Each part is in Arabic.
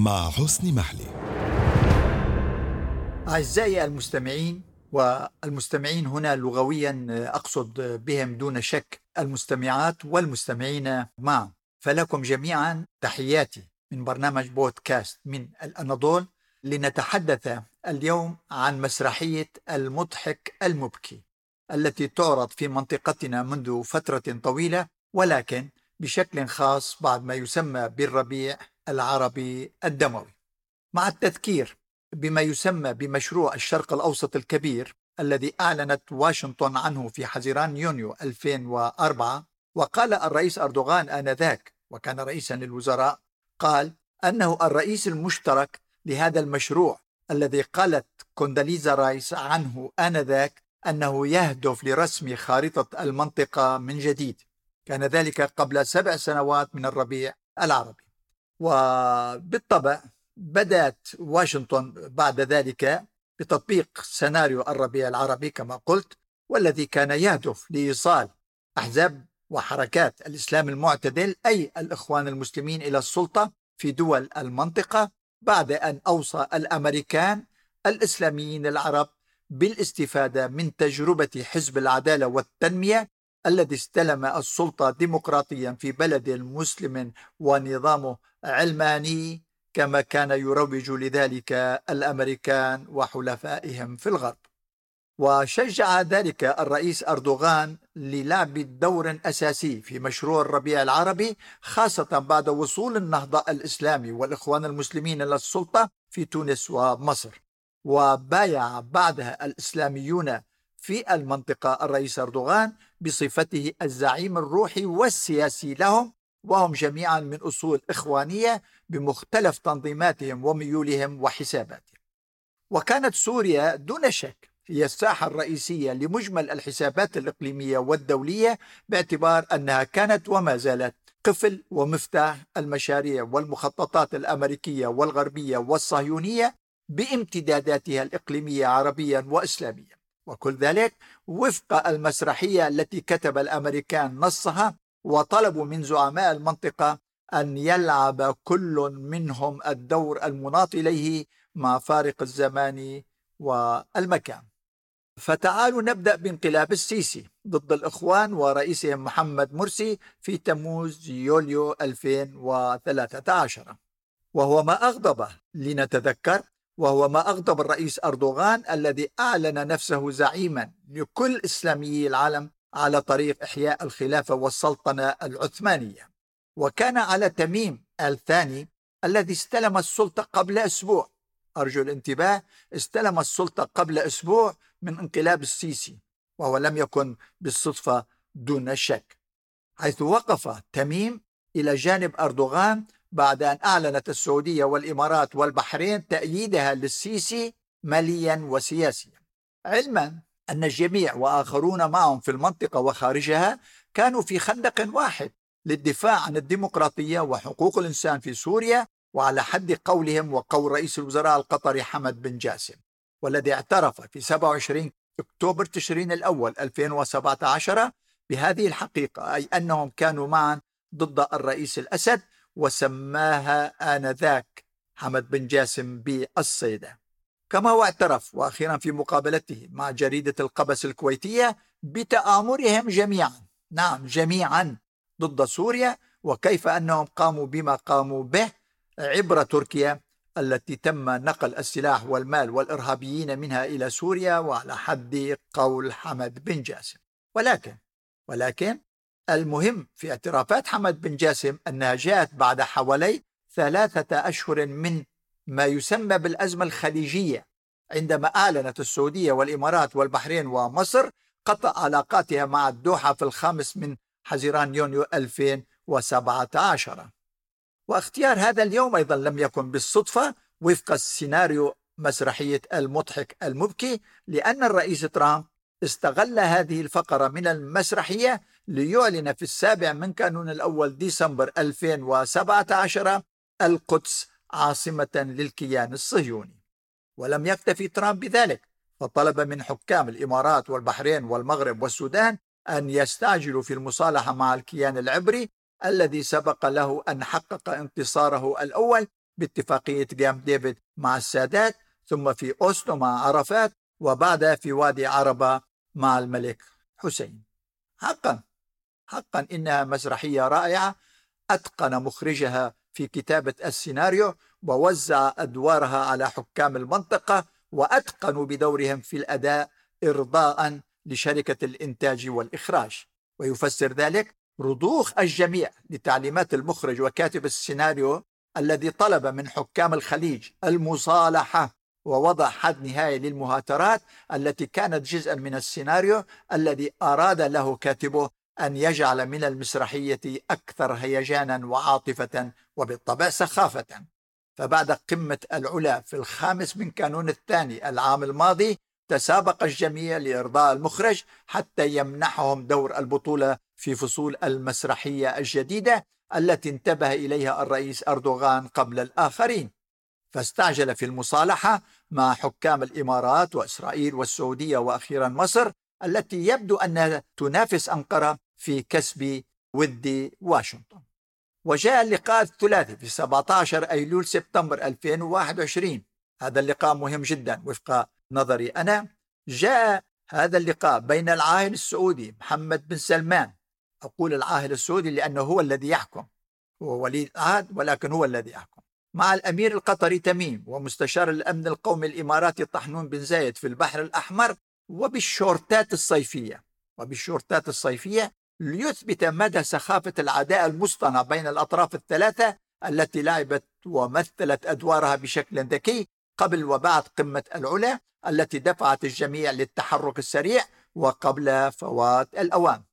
مع حسن محلي. أعزائي المستمعين، والمستمعين هنا لغويا أقصد بهم دون شك المستمعات والمستمعين معا، فلكم جميعا تحياتي من برنامج بودكاست من الأناضول. لنتحدث اليوم عن مسرحية المضحك المبكي التي تعرض في منطقتنا منذ فترة طويلة، ولكن بشكل خاص بعد ما يسمى بالربيع العربي الدموي، مع التذكير بما يسمى بمشروع الشرق الأوسط الكبير الذي أعلنت واشنطن عنه في حزيران يونيو 2004. وقال الرئيس أردوغان آنذاك، وكان رئيسا للوزراء، قال أنه الرئيس المشترك لهذا المشروع الذي قالت كونداليزا رايس عنه آنذاك أنه يهدف لرسم خارطة المنطقة من جديد. كان ذلك قبل 7 سنوات من الربيع العربي. وبالطبع بدأت واشنطن بعد ذلك بتطبيق سيناريو الربيع العربي كما قلت، والذي كان يهدف لإيصال أحزاب وحركات الإسلام المعتدل أي الإخوان المسلمين إلى السلطة في دول المنطقة، بعد أن أوصى الأمريكان الإسلاميين العرب بالاستفادة من تجربة حزب العدالة والتنمية الذي استلم السلطة ديمقراطيا في بلد مسلم ونظامه علماني، كما كان يروج لذلك الأمريكان وحلفائهم في الغرب. وشجع ذلك الرئيس أردوغان للعب دور أساسي في مشروع الربيع العربي، خاصة بعد وصول النهضة الإسلامي والإخوان المسلمين إلى السلطة في تونس ومصر. وبايع بعدها الإسلاميون في المنطقة الرئيس أردوغان بصفته الزعيم الروحي والسياسي لهم، وهم جميعا من أصول إخوانية بمختلف تنظيماتهم وميولهم وحساباتهم. وكانت سوريا دون شك هي الساحة الرئيسية لمجمل الحسابات الإقليمية والدولية، باعتبار أنها كانت وما زالت قفل ومفتاح المشاريع والمخططات الأمريكية والغربية والصهيونية بامتداداتها الإقليمية عربيا وإسلاميا، وكل ذلك وفق المسرحية التي كتب الأمريكان نصها وطلبوا من زعماء المنطقة أن يلعب كل منهم الدور المناط إليه مع فارق الزمان والمكان. فتعالوا نبدأ بانقلاب السيسي ضد الإخوان ورئيسهم محمد مرسي في تموز يوليو 2013، وهو ما أغضب، لنتذكر، وهو ما أغضب الرئيس أردوغان الذي أعلن نفسه زعيما لكل إسلامي العالم على طريق إحياء الخلافة والسلطنة العثمانية. وكان على تميم الثاني الذي استلم السلطة قبل أسبوع، أرجو الانتباه، استلم السلطة قبل أسبوع من انقلاب السيسي، وهو لم يكن بالصدفة دون شك، حيث وقف تميم إلى جانب أردوغان بعد أن أعلنت السعودية والإمارات والبحرين تأييدها للسيسي ماليا وسياسيا، علما أن الجميع وآخرون معهم في المنطقة وخارجها كانوا في خندق واحد للدفاع عن الديمقراطية وحقوق الإنسان في سوريا، وعلى حد قولهم وقول رئيس الوزراء القطري حمد بن جاسم، والذي اعترف في 27 أكتوبر تشرين الأول 2017 بهذه الحقيقة، أي أنهم كانوا معا ضد الرئيس الأسد، وسماها آنذاك حمد بن جاسم بالصيدة. كما هو اعترف وأخيرا في مقابلته مع جريدة القبس الكويتية بتآمرهم جميعا، نعم جميعا، ضد سوريا، وكيف أنهم قاموا بما قاموا به عبر تركيا التي تم نقل السلاح والمال والإرهابيين منها إلى سوريا، وعلى حد قول حمد بن جاسم. ولكن المهم في اعترافات حمد بن جاسم أنها جاءت بعد حوالي 3 أشهر من ما يسمى بالأزمة الخليجية، عندما أعلنت السعودية والإمارات والبحرين ومصر قطع علاقاتها مع الدوحة في 5 من حزيران يونيو 2017. واختيار هذا اليوم أيضا لم يكن بالصدفة وفق السيناريو مسرحية المضحك المبكي، لأن الرئيس ترامب استغل هذه الفقرة من المسرحية ليعلن في 7 من كانون الأول ديسمبر 2017 القدس عاصمة للكيان الصهيوني. ولم يكتفي ترامب بذلك، فطلب من حكام الإمارات والبحرين والمغرب والسودان أن يستعجلوا في المصالحة مع الكيان العبري الذي سبق له أن حقق انتصاره الأول باتفاقية كامب ديفيد مع السادات، ثم في أوسلو مع عرفات، وبعدها في وادي عربة مع الملك حسين. حقا إنها مسرحية رائعة. أتقن مخرجها في كتابة السيناريو، ووزع أدوارها على حكام المنطقة، وأتقنوا بدورهم في الأداء إرضاء لشركة الإنتاج والإخراج. ويفسر ذلك رضوخ الجميع لتعليمات المخرج وكاتب السيناريو الذي طلب من حكام الخليج المصالحة ووضع حد نهائي للمهاترات التي كانت جزءا من السيناريو الذي أراد له كاتبه أن يجعل من المسرحية أكثر هيجانا وعاطفة وبالطبع سخافة. فبعد قمة العلا في 5 من كانون الثاني العام الماضي، تسابق الجميع لإرضاء المخرج حتى يمنحهم دور البطولة في فصول المسرحية الجديدة التي انتبه إليها الرئيس أردوغان قبل الآخرين. فاستعجل في المصالحة مع حكام الإمارات وإسرائيل والسعودية وأخيرا مصر، التي يبدو أنها تنافس أنقرة في كسب ود واشنطن. وجاء اللقاء الثلاثي في 17 أيلول سبتمبر 2021. هذا اللقاء مهم جدا وفق نظري أنا. جاء هذا اللقاء بين العاهل السعودي محمد بن سلمان، أقول العاهل السعودي لأنه هو الذي يحكم، هو ولي العهد ولكن هو الذي يحكم، مع الأمير القطري تميم، ومستشار الأمن القومي الإماراتي طحنون بن زايد في البحر الأحمر، وبالشورتات الصيفية ليثبت مدى سخافة العداء المصطنع بين الأطراف الثلاثة التي لعبت ومثلت أدوارها بشكل ذكي قبل وبعد قمة العلا التي دفعت الجميع للتحرك السريع وقبل فوات الأوان.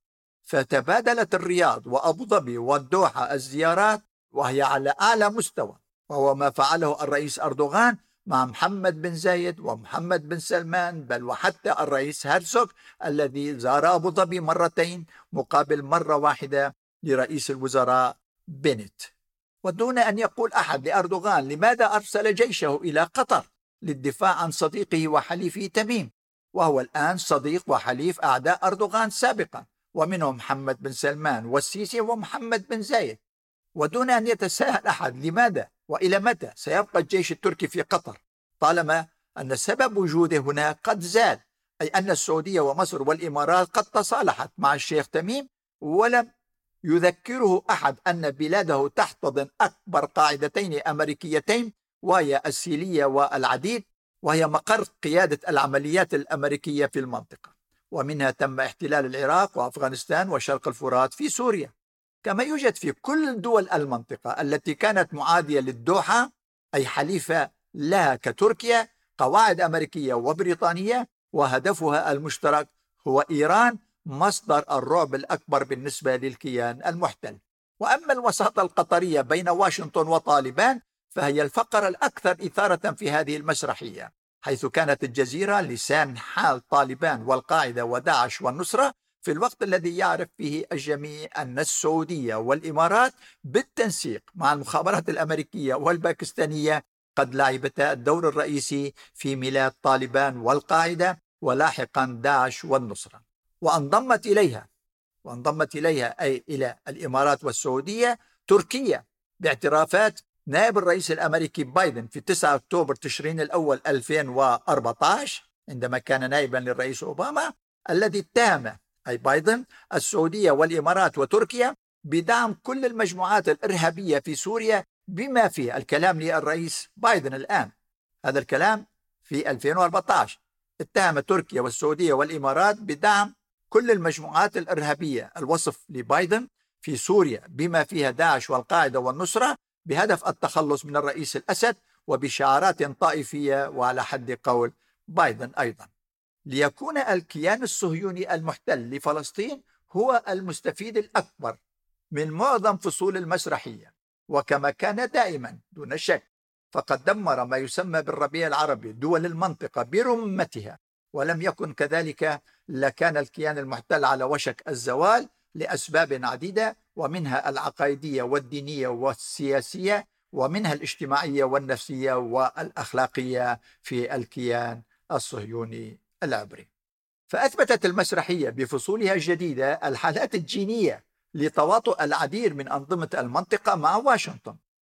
فتبادلت الرياض وأبو ظبي والدوحة الزيارات وهي على أعلى مستوى، وهو ما فعله الرئيس أردوغان مع محمد بن زايد ومحمد بن سلمان، بل وحتى الرئيس هرزوغ الذي زار أبو ظبي مرتين مقابل مرة واحدة لرئيس الوزراء بنت. ودون أن يقول أحد لأردوغان لماذا أرسل جيشه إلى قطر للدفاع عن صديقه وحليفه تميم، وهو الآن صديق وحليف أعداء أردوغان سابقا، ومنهم محمد بن سلمان والسيسي ومحمد بن زايد. ودون أن يتساءل أحد لماذا وإلى متى سيبقى الجيش التركي في قطر، طالما أن سبب وجوده هنا قد زال، أي أن السعودية ومصر والإمارات قد تصالحت مع الشيخ تميم، ولم يذكره أحد أن بلاده تحتضن أكبر قاعدتين أمريكيتين، وهي السيلية والعديد، وهي مقر قيادة العمليات الأمريكية في المنطقة، ومنها تم احتلال العراق وأفغانستان وشرق الفرات في سوريا. كما يوجد في كل دول المنطقة التي كانت معادية للدوحة، أي حليفة لها كتركيا، قواعد أمريكية وبريطانية، وهدفها المشترك هو إيران، مصدر الرعب الأكبر بالنسبة للكيان المحتل. وأما الوساطة القطرية بين واشنطن وطالبان فهي الفقرة الأكثر إثارة في هذه المسرحية، حيث كانت الجزيرة لسان حال طالبان والقاعدة وداعش والنصرة، في الوقت الذي يعرف فيه الجميع أن السعودية والإمارات بالتنسيق مع المخابرات الأمريكية والباكستانية قد لعبتا الدور الرئيسي في ميلاد طالبان والقاعدة ولاحقا داعش والنصرة. وانضمت إليها أي إلى الإمارات والسعودية تركيا، باعترافات نائب الرئيس الأمريكي بايدن في 9 أكتوبر تشرين الأول 2014 عندما كان نائبا للرئيس أوباما، الذي اتهم أي بايدن السعودية والإمارات وتركيا بدعم كل المجموعات الإرهابية في سوريا، بما فيه الكلام للرئيس بايدن الآن. هذا الكلام في 2014 اتهم تركيا والسعودية والإمارات بدعم كل المجموعات الإرهابية، الوصف لبايدن في سوريا بما فيها داعش والقاعدة والنصرة، بهدف التخلص من الرئيس الأسد وبشعارات طائفية، وعلى حد قول بايدن أيضا. ليكون الكيان الصهيوني المحتل لفلسطين هو المستفيد الأكبر من معظم فصول المسرحية، وكما كان دائما دون شك، فقد دمر ما يسمى بالربيع العربي دول المنطقة برمتها، ولم يكن كذلك لكان الكيان المحتل على وشك الزوال لأسباب عديدة، ومنها العقائدية والدينية والسياسية، ومنها الاجتماعية والنفسية والأخلاقية في الكيان الصهيوني العبري. فأثبتت المسرحية بفصولها الجديدة الحالات الجينية لتواطؤ العديد من أنظمة المنطقة مع واشنطن،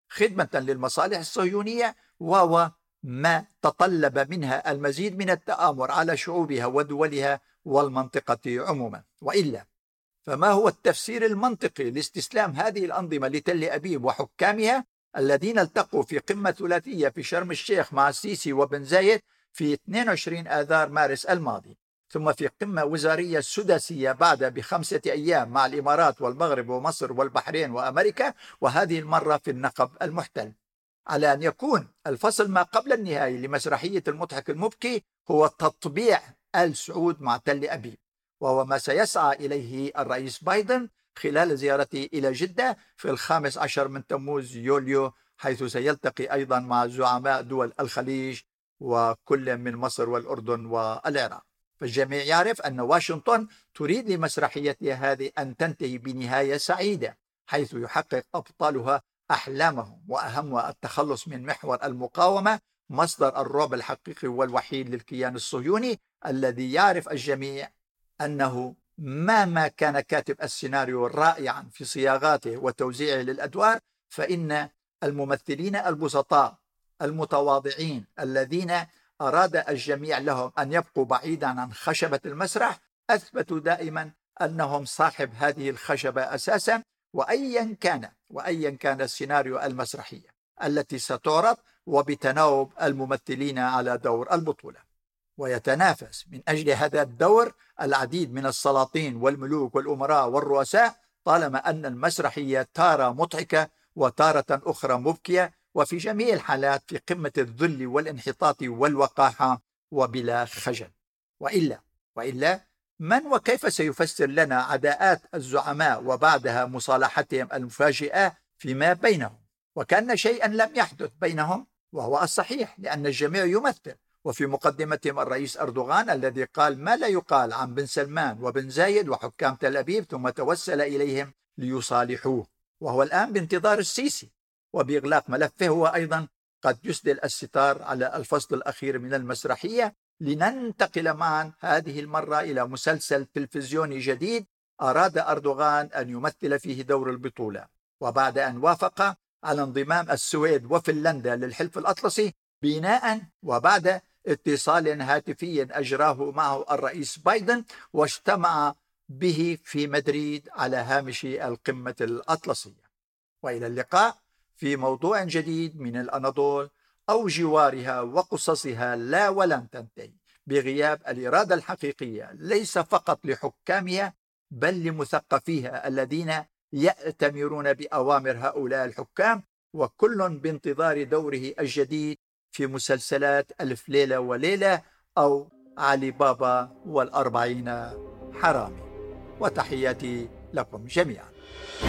خدمة للمصالح الصهيونية، وهو ما تطلب منها المزيد من التآمر على شعوبها ودولها والمنطقة عموما. وإلا فما هو التفسير المنطقي لاستسلام هذه الأنظمة لتل أبيب وحكامها الذين التقوا في قمة ثلاثية في شرم الشيخ مع السيسي وبن زايد في 22 آذار مارس الماضي، ثم في قمة وزارية سداسية بعد ب5 أيام مع الإمارات والمغرب ومصر والبحرين وأمريكا، وهذه المرة في النقب المحتل، على أن يكون الفصل ما قبل النهائي لمسرحية المضحك المبكي هو تطبيع آل سعود مع تل أبيب، وهو ما سيسعى إليه الرئيس بايدن خلال زيارته إلى جدة في 15 من تموز يوليو، حيث سيلتقي أيضا مع زعماء دول الخليج وكل من مصر والأردن والعراق. فالجميع يعرف أن واشنطن تريد لمسرحيتها هذه أن تنتهي بنهاية سعيدة، حيث يحقق أبطالها أحلامهم، وأهمها التخلص من محور المقاومة، مصدر الرعب الحقيقي والوحيد للكيان الصهيوني، الذي يعرف الجميع أنه مهما كان كاتب السيناريو رائعا في صياغاته وتوزيعه للأدوار، فإن الممثلين البسطاء المتواضعين الذين أراد الجميع لهم أن يبقوا بعيدا عن خشبة المسرح أثبتوا دائما أنهم صاحب هذه الخشبة أساسا، وأيا كان السيناريو المسرحية التي ستعرض، وبتناوب الممثلين على دور البطولة. ويتنافس من أجل هذا الدور العديد من السلاطين والملوك والأمراء والرؤساء، طالما أن المسرحية تارة مضحكة وتارة أخرى مبكية، وفي جميع الحالات في قمة الذل والانحطاط والوقاحة وبلا خجل. وإلا من وكيف سيفسر لنا عداءات الزعماء وبعدها مصالحتهم المفاجئة فيما بينهم، وكأن شيئا لم يحدث بينهم، وهو الصحيح لأن الجميع يمثل، وفي مقدمتهم الرئيس أردوغان الذي قال ما لا يقال عن بن سلمان وبن زايد وحكام تل أبيب، ثم توسل إليهم ليصالحوه، وهو الآن بانتظار السيسي، وبإغلاق ملفه هو أيضا قد يسدل الستار على الفصل الأخير من المسرحية، لننتقل معا هذه المرة إلى مسلسل تلفزيوني جديد أراد أردوغان أن يمثل فيه دور البطولة، وبعد أن وافق على انضمام السويد وفنلندا للحلف الأطلسي بناء وبعد اتصال هاتفي أجراه معه الرئيس بايدن واجتمع به في مدريد على هامش القمة الأطلسية. وإلى اللقاء في موضوع جديد من الأناضول أو جوارها وقصصها لا ولن تنتهي، بغياب الإرادة الحقيقية ليس فقط لحكامها بل لمثقفيها الذين يأتمرون بأوامر هؤلاء الحكام، وكل بانتظار دوره الجديد في مسلسلات ألف ليلة وليلة أو علي بابا والأربعين حرامي. وتحياتي لكم جميعا.